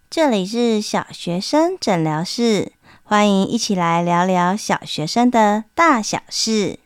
这里是小学生诊疗室，欢迎一起来聊聊小学生的大小事。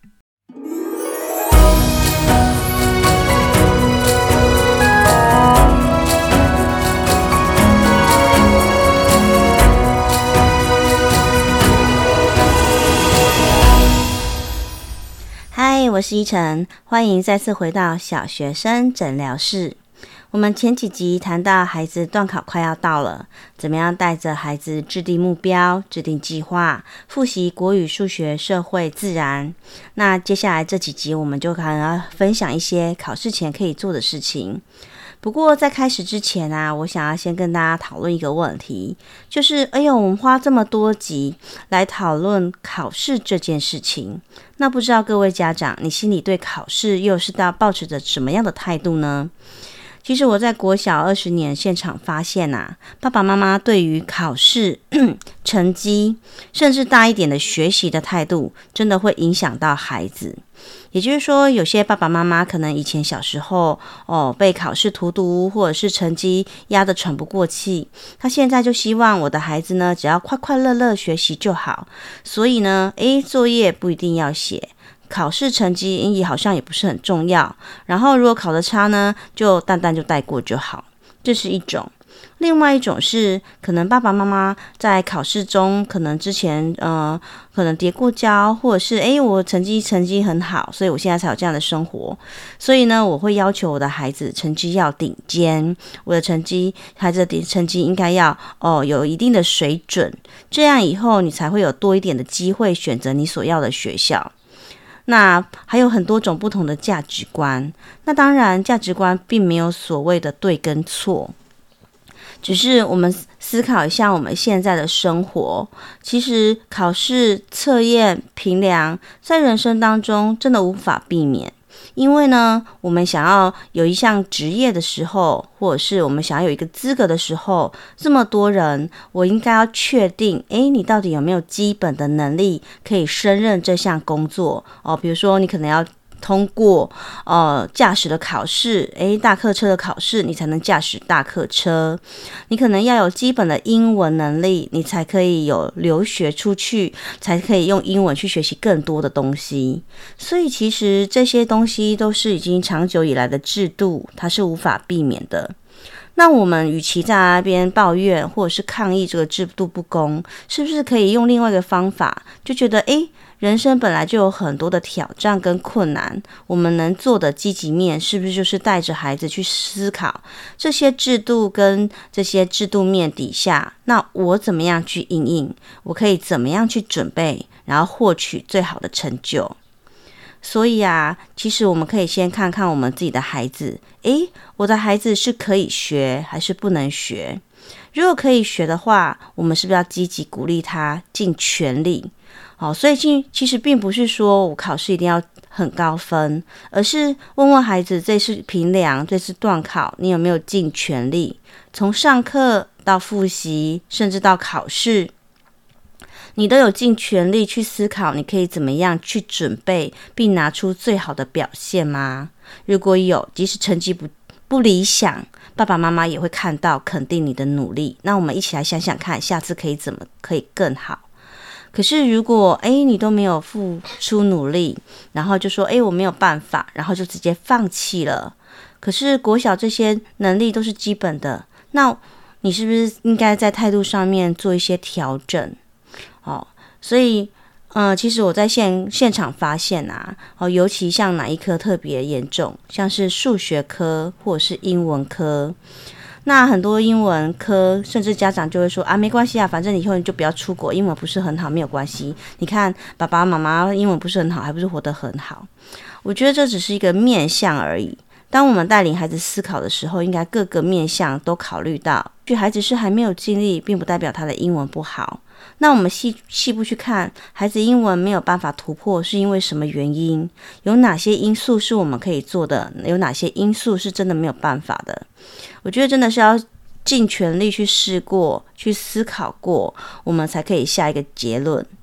嗨，我是依晨，欢迎再次回到小学生诊疗室。我们前几集谈到孩子段考快要到了，怎么样带着孩子制定目标、制定计划，复习国语、数学、社会、自然。那接下来这几集我们就可能要分享一些考试前可以做的事情。不过在开始之前啊，我想要先跟大家讨论一个问题，就是我们花这么多集来讨论考试这件事情，那不知道各位家长，你心里对考试又是抱持着什么样的态度呢？其实我在国小20年现场发现啊，爸爸妈妈对于考试成绩，甚至大一点的学习的态度，真的会影响到孩子。也就是说，有些爸爸妈妈可能以前小时候被考试荼毒，或者是成绩压得喘不过气，他现在就希望我的孩子呢，只要快快乐乐学习就好。所以呢，作业不一定要写，考试成绩也好像也不是很重要，然后如果考得差呢，就淡淡就带过就好，这是一种。另外一种是，可能爸爸妈妈在考试中，可能之前可能跌过跤，或者是我成绩很好，所以我现在才有这样的生活，所以呢，我会要求我的孩子成绩要顶尖，我的孩子的成绩应该要有一定的水准，这样以后你才会有多一点的机会选择你所要的学校。那还有很多种不同的价值观，那当然价值观并没有所谓的对跟错，只是我们思考一下我们现在的生活，其实考试、测验、评量在人生当中真的无法避免。因为呢，我们想要有一项职业的时候，或者是我们想要有一个资格的时候，这么多人，我应该要确定，你到底有没有基本的能力可以胜任这项工作比如说你可能要通过驾驶的考试，大客车的考试，你才能驾驶大客车。你可能要有基本的英文能力，你才可以有留学出去，才可以用英文去学习更多的东西。所以其实这些东西都是已经长久以来的制度，它是无法避免的。那我们与其在那边抱怨或者是抗议这个制度不公，是不是可以用另外一个方法，就觉得人生本来就有很多的挑战跟困难，我们能做的积极面是不是就是带着孩子去思考这些制度跟这些制度面底下，那我怎么样去因应，我可以怎么样去准备，然后获取最好的成就。所以啊，其实我们可以先看看我们自己的孩子，我的孩子是可以学还是不能学？如果可以学的话，我们是不是要积极鼓励他尽全力？所以其实并不是说我考试一定要很高分，而是问问孩子，这次评量，这次段考，你有没有尽全力？从上课到复习，甚至到考试，你都有尽全力去思考，你可以怎么样去准备，并拿出最好的表现吗？如果有，即使成绩不理想，爸爸妈妈也会看到肯定你的努力。那我们一起来想想看，下次可以更好。可是如果你都没有付出努力，然后就说我没有办法，然后就直接放弃了。可是国小这些能力都是基本的，那你是不是应该在态度上面做一些调整？所以其实我在现场发现啊，尤其像哪一科特别严重，像是数学科或者是英文科。那很多英文科，甚至家长就会说没关系啊，反正以后你就不要出国，英文不是很好没有关系。你看爸爸妈妈英文不是很好，还不是活得很好。我觉得这只是一个面向而已。当我们带领孩子思考的时候，应该各个面向都考虑到。孩子是还没有尽力，并不代表他的英文不好。那我们细部去看，孩子英文没有办法突破是因为什么原因？有哪些因素是我们可以做的？有哪些因素是真的没有办法的？我觉得真的是要尽全力去试过，去思考过，我们才可以下一个结论。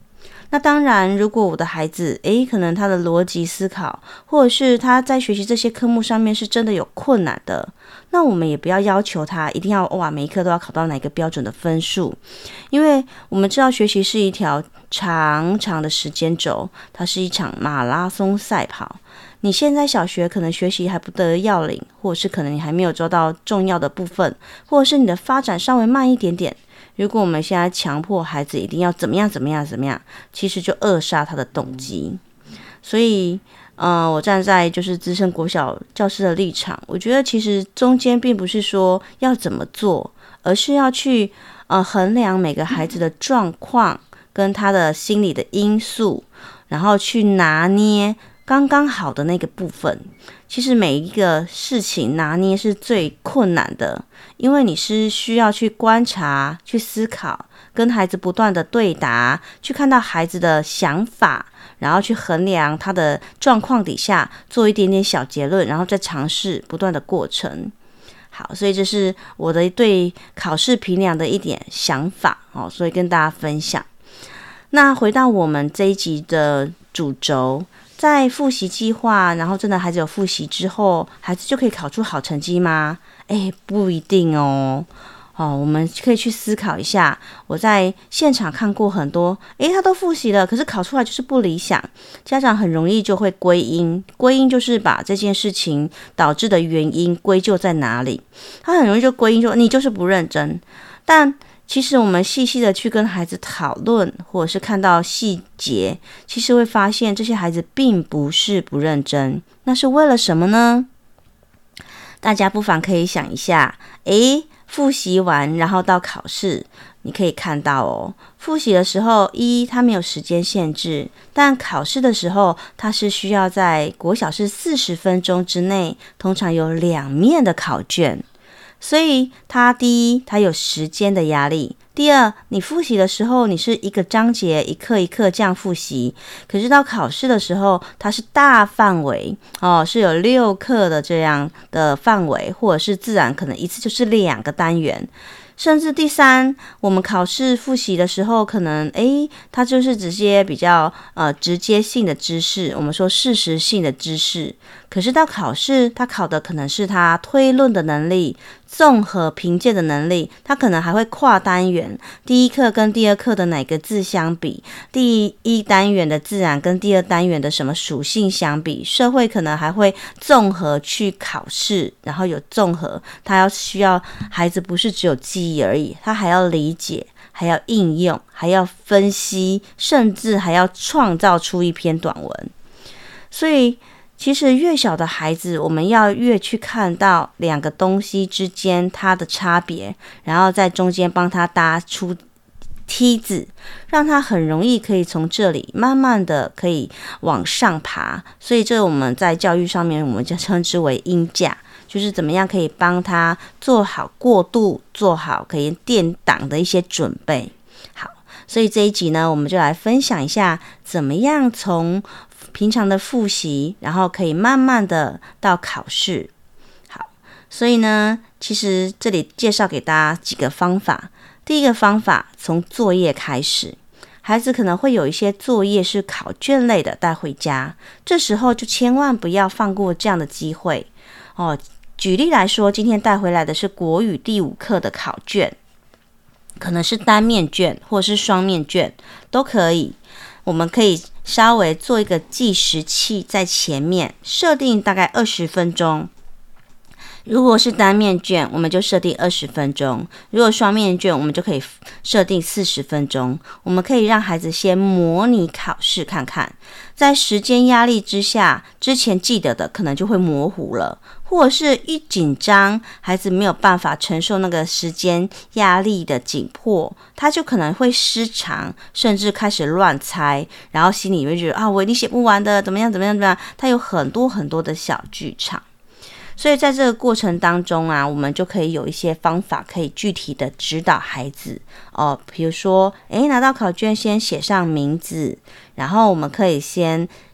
那当然，如果我的孩子可能他的逻辑思考，或者是他在学习这些科目上面是真的有困难的，那我们也不要要求他一定要每一科都要考到哪个标准的分数，因为我们知道学习是一条长长的时间轴，它是一场马拉松赛跑。你现在小学可能学习还不得要领，或者是可能你还没有做到重要的部分，或者是你的发展稍微慢一点点。如果我们现在强迫孩子一定要怎么样怎么样怎么样，其实就扼杀他的动机。所以我站在就是资深国小教师的立场，我觉得其实中间并不是说要怎么做，而是要去衡量每个孩子的状况跟他的心理的因素，然后去拿捏刚刚好的那个部分。其实每一个事情拿捏是最困难的，因为你是需要去观察、去思考，跟孩子不断的对答，去看到孩子的想法，然后去衡量他的状况底下，做一点点小结论，然后再尝试不断的过程。好，所以这是我的对考试评量的一点想法，所以跟大家分享。那回到我们这一集的主轴，在复习计划，然后真的孩子有复习之后，孩子就可以考出好成绩吗？不一定哦。我们可以去思考一下。我在现场看过很多，他都复习了，可是考出来就是不理想。家长很容易就会归因就是把这件事情导致的原因归咎在哪里。他很容易就归因说你就是不认真，但其实我们细细的去跟孩子讨论，或者是看到细节，其实会发现这些孩子并不是不认真，那是为了什么呢？大家不妨可以想一下，复习完然后到考试，你可以看到复习的时候它没有时间限制，但考试的时候它是需要在国小是40分钟之内，通常有2面的考卷。所以第一，它有时间的压力；第二，你复习的时候，你是一个章节一课一课这样复习，可是到考试的时候，它是大范围是有6课的这样的范围，或者是自然可能一次就是2个单元。甚至第三，我们考试复习的时候，可能它就是直接比较直接性的知识，我们说事实性的知识。可是到考试，它考的可能是他推论的能力、综合评鉴的能力，它可能还会跨单元，第一课跟第二课的哪个字相比，第一单元的自然跟第二单元的什么属性相比，社会可能还会综合去考试，然后有综合，它需要孩子不是只有记忆而已，他还要理解，还要应用，还要分析，甚至还要创造出一篇短文。所以其实越小的孩子，我们要越去看到2个东西之间它的差别，然后在中间帮他搭出梯子，让他很容易可以从这里慢慢的可以往上爬。所以这我们在教育上面我们就称之为鹰架，就是怎么样可以帮他做好过渡，做好可以垫档的一些准备。好，所以这一集呢，我们就来分享一下怎么样从平常的复习，然后可以慢慢的到考试。好，所以呢，其实这里介绍给大家几个方法。第一个方法，从作业开始。孩子可能会有一些作业是考卷类的带回家，这时候就千万不要放过这样的机会举例来说，今天带回来的是国语第5课的考卷，可能是单面卷或是双面卷都可以。我们可以稍微做一个计时器在前面，设定大概20分钟。如果是单面卷，我们就设定20分钟；如果双面卷，我们就可以设定40分钟。我们可以让孩子先模拟考试看看，在时间压力之下，之前记得的可能就会模糊了，或者是一紧张，孩子没有办法承受那个时间压力的紧迫，他就可能会失常，甚至开始乱猜，然后心里会觉得我一定写不完的，怎么样怎么样怎么样，他有很多很多的小剧场。所以在这个过程当中我们就可以有一些方法可以具体的指导孩子比如说拿到考卷先写上名字，然后我们可以先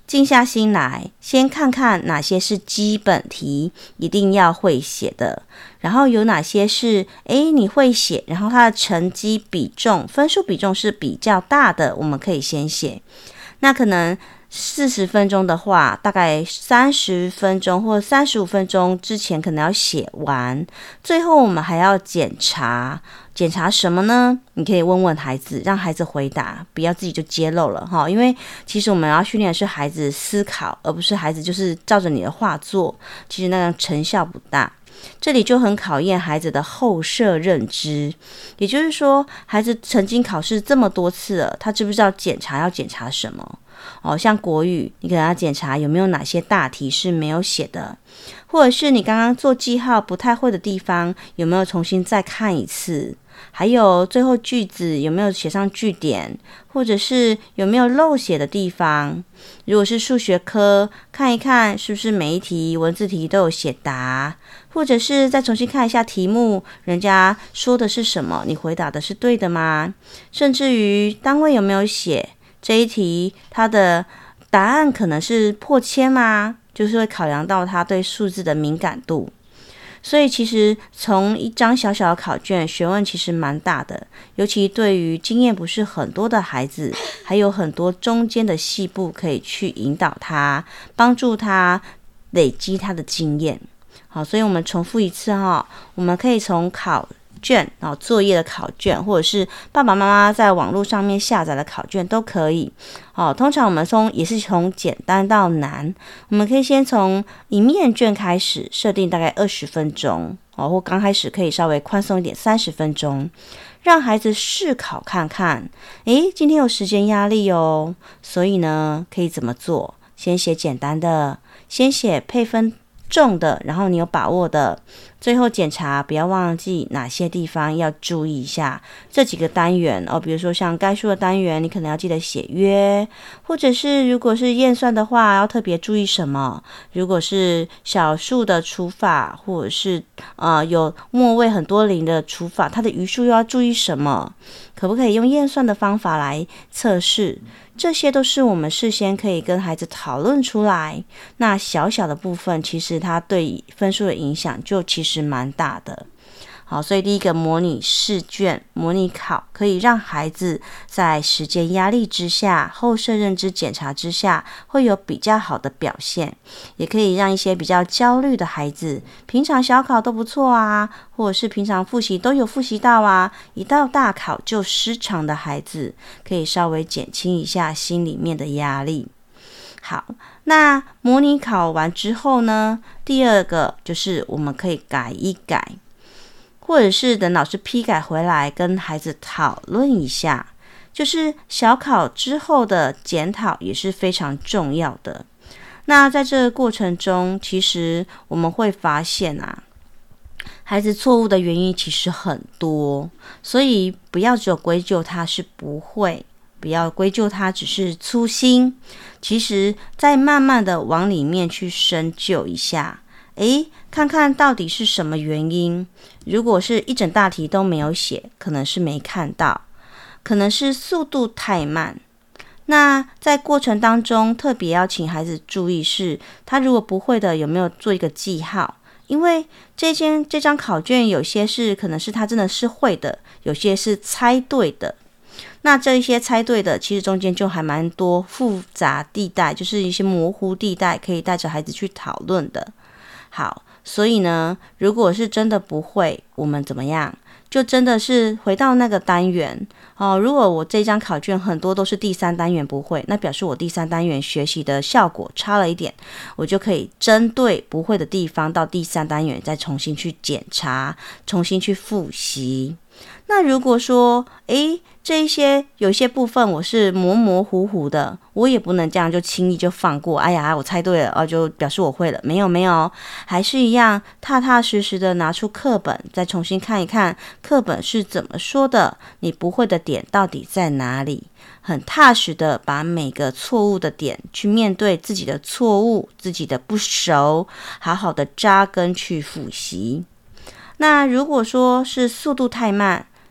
静下心来，先看看哪些是基本题，一定要会写的，然后有哪些是你会写，然后它的成绩比重、分数比重是比较大的，我们可以先写。那可能40分钟的话，大概30分钟或35分钟之前可能要写完。最后我们还要检查什么呢？你可以问问孩子，让孩子回答，不要自己就揭露了哈。因为其实我们要训练的是孩子思考，而不是孩子就是照着你的话做，其实那样成效不大。这里就很考验孩子的后设认知，也就是说，孩子曾经考试这么多次了，他知不知道要检查什么？像国语，你可能要检查有没有哪些大题是没有写的，或者是你刚刚做记号不太会的地方，有没有重新再看一次？还有最后句子有没有写上句点，或者是有没有漏写的地方？如果是数学科，看一看是不是每一题文字题都有写答，或者是再重新看一下题目，人家说的是什么，你回答的是对的吗？甚至于单位有没有写？这一题它的答案可能是破千吗？就是会考量到他对数字的敏感度。所以其实从一张小小的考卷，学问其实蛮大的，尤其对于经验不是很多的孩子，还有很多中间的细部可以去引导他，帮助他累积他的经验。好，所以我们重复一次我们可以从考卷作业的考卷，或者是爸爸妈妈在网络上面下载的考卷都可以。通常我们也是从简单到难，我们可以先从一面卷开始，设定大概20分钟或刚开始可以稍微宽松一点30分钟，让孩子试考看看。今天有时间压力所以呢可以怎么做？先写简单的，先写配分重的，然后你有把握的，最后检查不要忘记哪些地方要注意一下。这几个单元比如说像概述的单元，你可能要记得写约，或者是如果是验算的话，要特别注意什么？如果是小数的除法，或者是有末位很多零的除法，它的余数又要注意什么？可不可以用验算的方法来测试？这些都是我们事先可以跟孩子讨论出来，那小小的部分其实它对分数的影响就其实蛮大的。好，所以第一个模拟试卷、模拟考可以让孩子在时间压力之下、后设认知检查之下会有比较好的表现，也可以让一些比较焦虑的孩子，平常小考都不错啊，或者是平常复习都有复习到啊，一到大考就失常的孩子，可以稍微减轻一下心里面的压力。好，那模拟考完之后呢，第二个就是我们可以改一改，或者是等老师批改回来跟孩子讨论一下，就是小考之后的检讨也是非常重要的。那在这个过程中，其实我们会发现孩子错误的原因其实很多，所以不要只有归咎他是不会，不要归咎他只是粗心，其实再慢慢的往里面去深究一下，看看到底是什么原因。如果是一整大题都没有写，可能是没看到，可能是速度太慢。那在过程当中特别要请孩子注意是，他如果不会的有没有做一个记号，因为这张考卷有些是可能是他真的是会的，有些是猜对的。那这一些猜对的，其实中间就还蛮多复杂地带，就是一些模糊地带，可以带着孩子去讨论的。好，所以呢，如果是真的不会，我们怎么样？就真的是回到那个单元如果我这张考卷很多都是第3单元不会，那表示我第3单元学习的效果差了一点，我就可以针对不会的地方到第3单元再重新去检查，重新去复习。那如果说这一些有一些部分我是模模糊糊的，我也不能这样就轻易就放过，我猜对了就表示我会了，没有，还是一样踏踏实实的拿出课本，再重新看一看课本是怎么说的，你不会的点到底在哪里，很踏实的把每个错误的点去面对自己的错误，自己的不熟，好好的扎根去复习。那如果说是速度太慢，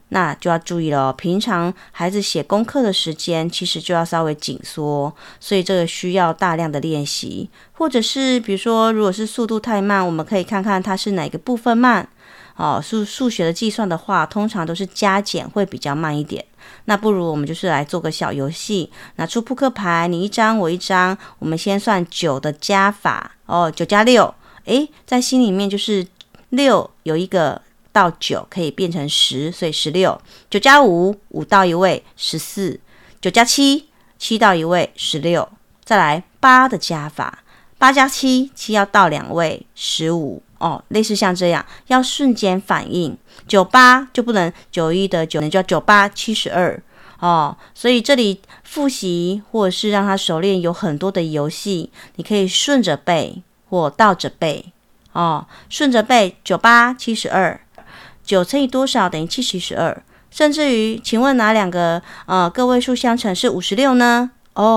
那就要注意了，平常孩子写功课的时间其实就要稍微紧缩，所以这个需要大量的练习，或者是比如说如果是速度太慢，我们可以看看它是哪个部分慢数学的计算的话，通常都是加减会比较慢一点，那不如我们就是来做个小游戏，拿出扑克牌，你一张我一张，我们先算9的加法9加6，在心里面就是6有一个到9可以变成10，所以16，9加5，5到一位14，9加7，7到一位16，再来8的加法，8加7， 7要到2位15，类似像这样，要瞬间反应，98就不能91得9，就要98 72所以这里复习或者是让他熟练有很多的游戏，你可以顺着背或倒着背顺着背98 72， 9乘以多少等于72，甚至于请问哪两个个位数相乘是56呢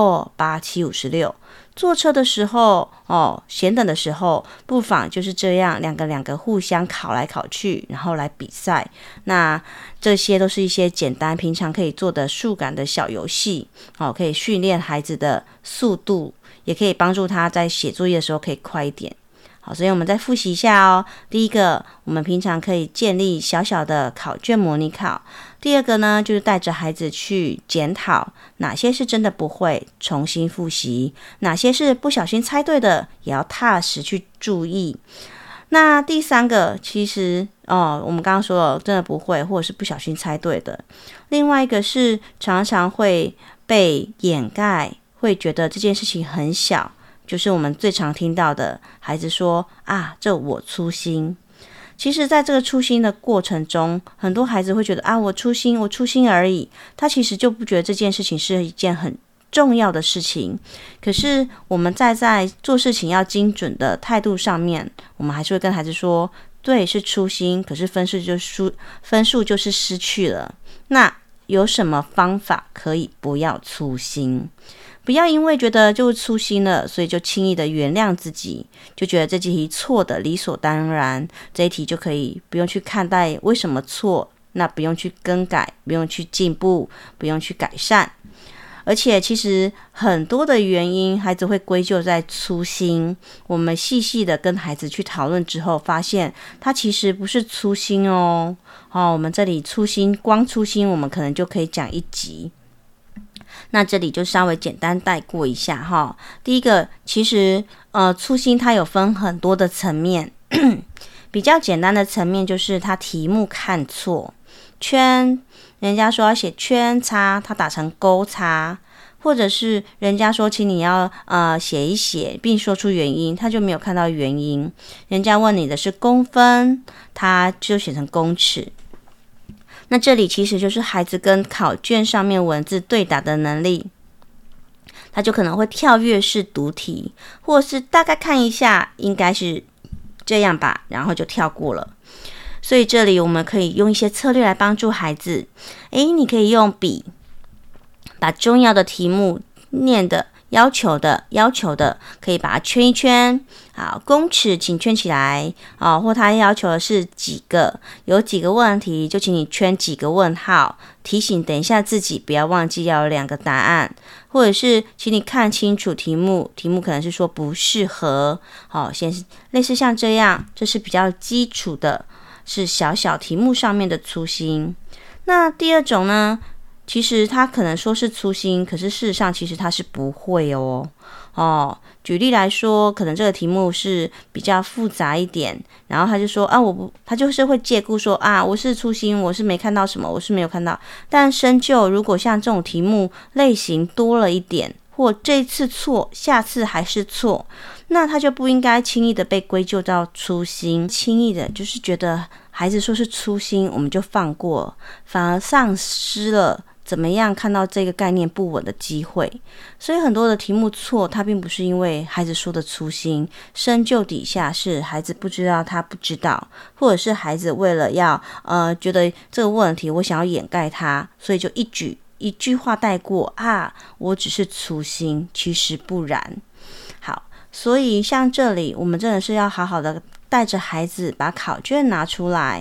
？8、7、56。坐车的时候闲等的时候，不妨就是这样两个互相考来考去，然后来比赛。那这些都是一些简单平常可以做的数感的小游戏可以训练孩子的速度，也可以帮助他在写作业的时候可以快一点。好，所以我们再复习一下第一个，我们平常可以建立小小的考卷模拟考。第二个呢，就是带着孩子去检讨哪些是真的不会，重新复习；哪些是不小心猜对的，也要踏实去注意。那第三个，其实我们刚刚说了，真的不会或者是不小心猜对的。另外一个是常常会被掩盖，会觉得这件事情很小。就是我们最常听到的孩子说这我粗心。其实在这个粗心的过程中，很多孩子会觉得我粗心而已，他其实就不觉得这件事情是一件很重要的事情。可是我们在做事情要精准的态度上面，我们还是会跟孩子说，对，是粗心，可是分数就是失去了。那有什么方法可以不要粗心？不要因为觉得就粗心了，所以就轻易的原谅自己，就觉得这题错的理所当然，这一题就可以不用去看待为什么错，那不用去更改，不用去进步，不用去改善。而且其实很多的原因孩子会归咎在粗心，我们细细的跟孩子去讨论之后，发现他其实不是粗心我们这里光粗心我们可能就可以讲一集。那这里就稍微简单带过一下第一个，其实粗心它有分很多的层面比较简单的层面就是他题目看错，圈人家说要写圈叉，他打成勾叉，或者是人家说请你要写一写并说出原因，他就没有看到原因。人家问你的是公分，他就写成公尺。那这里其实就是孩子跟考卷上面文字对答的能力，他就可能会跳跃式读题，或者是大概看一下应该是这样吧，然后就跳过了。所以这里我们可以用一些策略来帮助孩子。你可以用笔把重要的题目念的要求的可以把它圈一圈。好，公尺请圈起来或他要求的是几个，有几个问题就请你圈几个问号，提醒等一下自己不要忘记要有2个答案，或者是请你看清楚题目可能是说不适合先类似像这样，这是比较基础的，是小题目上面的粗心。那第二种呢，其实他可能说是粗心，可是事实上其实他是不会举例来说，可能这个题目是比较复杂一点，然后他就说他就是会借故说我是粗心，我是没看到什么，我是没有看到。但深究如果像这种题目类型多了一点，或这次错下次还是错，那他就不应该轻易的被归咎到粗心，轻易的就是觉得孩子说是粗心我们就放过，反而丧失了怎么样看到这个概念不稳的机会。所以很多的题目错，它并不是因为孩子说的粗心，深究底下是孩子不知道他不知道，或者是孩子为了要觉得这个问题我想要掩盖它，所以就一句话带过我只是粗心，其实不然。好，所以像这里我们真的是要好好的带着孩子把考卷拿出来，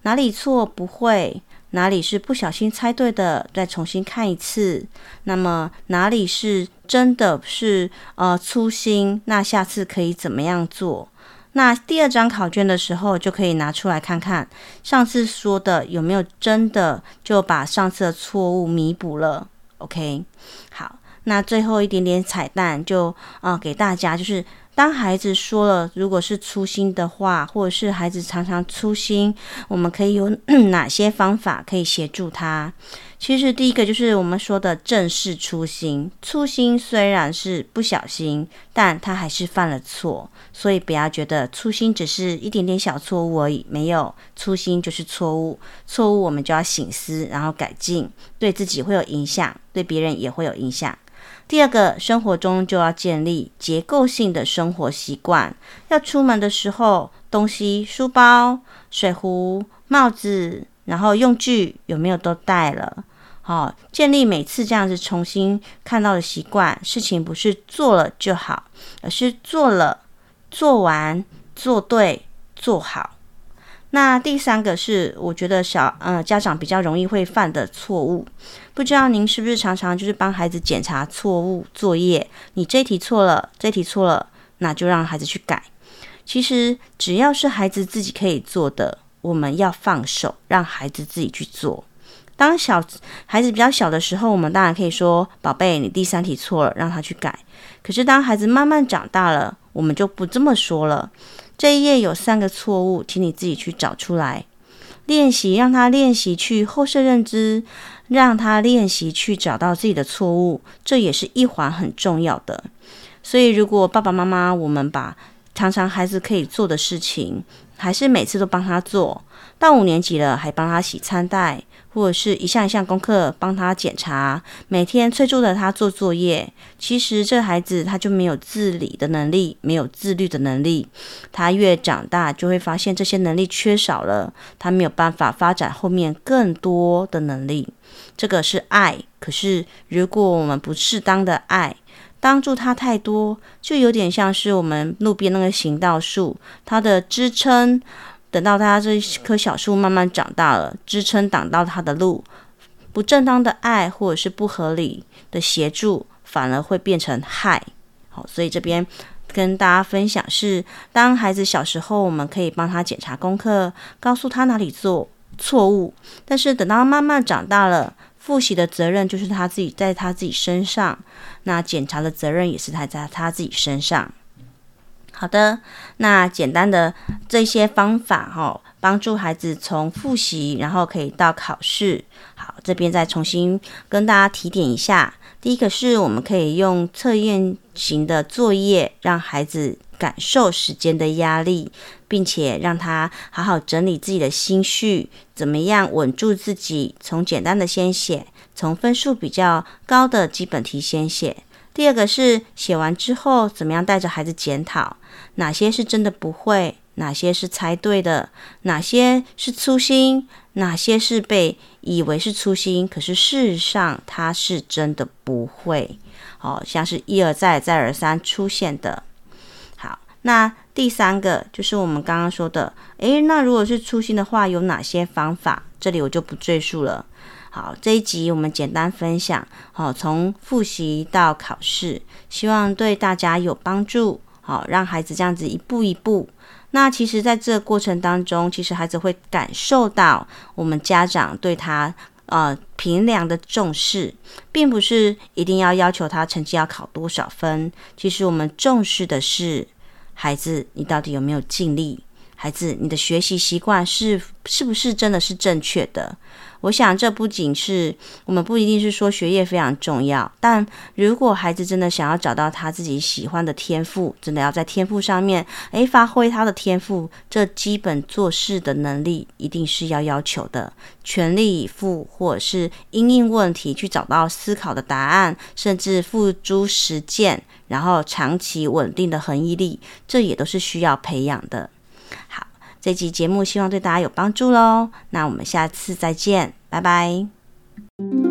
哪里错不会，哪里是不小心猜对的，再重新看一次。那么哪里是真的是粗心，那下次可以怎么样做？那第二张考卷的时候就可以拿出来看看，上次说的有没有真的就把上次的错误弥补了。 OK， 好，那最后一点点彩蛋就给大家，就是当孩子说了如果是粗心的话，或者是孩子常常粗心，我们可以有哪些方法可以协助他？其实第一个就是我们说的正视粗心。粗心虽然是不小心，但他还是犯了错，所以不要觉得粗心只是一点点小错误而已，没有，粗心就是错误，错误我们就要省思，然后改进，对自己会有影响，对别人也会有影响。第二个，生活中就要建立结构性的生活习惯。要出门的时候，东西、书包、水壶、帽子，然后用具有没有都带了？建立每次这样子重新看到的习惯。事情不是做了就好，而是做了、做完、做对、做好。那第三个是我觉得家长比较容易会犯的错误，不知道您是不是常常就是帮孩子检查错误作业，你这题错了，这题错了，那就让孩子去改。其实只要是孩子自己可以做的，我们要放手让孩子自己去做。当孩子比较小的时候，我们当然可以说，宝贝，你第3题错了，让他去改。可是当孩子慢慢长大了，我们就不这么说了。这一页有3个错误，请你自己去找出来。练习，让他练习去后设认知，让他练习去找到自己的错误，这也是一环很重要的。所以如果爸爸妈妈我们把常常孩子可以做的事情，还是每次都帮他做，到5年级了还帮他洗餐袋，或者是一项一项功课帮他检查，每天催促着他做作业，其实这孩子他就没有自理的能力，没有自律的能力。他越长大就会发现这些能力缺少了，他没有办法发展后面更多的能力。这个是爱，可是如果我们不适当的爱，帮助他太多，就有点像是我们路边那个行道树，它的支撑等到它这棵小树慢慢长大了，支撑挡到它的路，不正当的爱或者是不合理的协助，反而会变成害。好，所以这边跟大家分享是，当孩子小时候，我们可以帮他检查功课，告诉他哪里做错误，但是等到慢慢长大了，复习的责任就是在他自己身上，那检查的责任也是在他自己身上。好的，那简单的这些方法帮助孩子从复习，然后可以到考试。好，这边再重新跟大家提点一下。第一个是我们可以用测验型的作业，让孩子感受时间的压力，并且让他好好整理自己的心绪，怎么样稳住自己，从简单的先写，从分数比较高的基本题先写。第二个是写完之后怎么样带着孩子检讨，哪些是真的不会，哪些是猜对的，哪些是粗心，哪些是被以为是粗心，可是事实上他是真的不会，像是一而再再而三出现的。好，那第三个就是我们刚刚说的，那如果是粗心的话，有哪些方法？这里我就不赘述了。好，这一集我们简单分享，从复习到考试，希望对大家有帮助，让孩子这样子一步一步。那其实在这个过程当中，其实孩子会感受到我们家长对他评量的重视，并不是一定要求他成绩要考多少分，其实我们重视的是孩子你到底有没有尽力，孩子你的学习习惯是不是真的是正确的。我想这不仅是我们不一定是说学业非常重要，但如果孩子真的想要找到他自己喜欢的天赋，真的要在天赋上面发挥他的天赋，这基本做事的能力一定是要求的，全力以赴，或者是因应问题去找到思考的答案，甚至付诸实践，然后长期稳定的恒毅力，这也都是需要培养的。好，这集节目希望对大家有帮助咯，那我们下次再见，拜拜。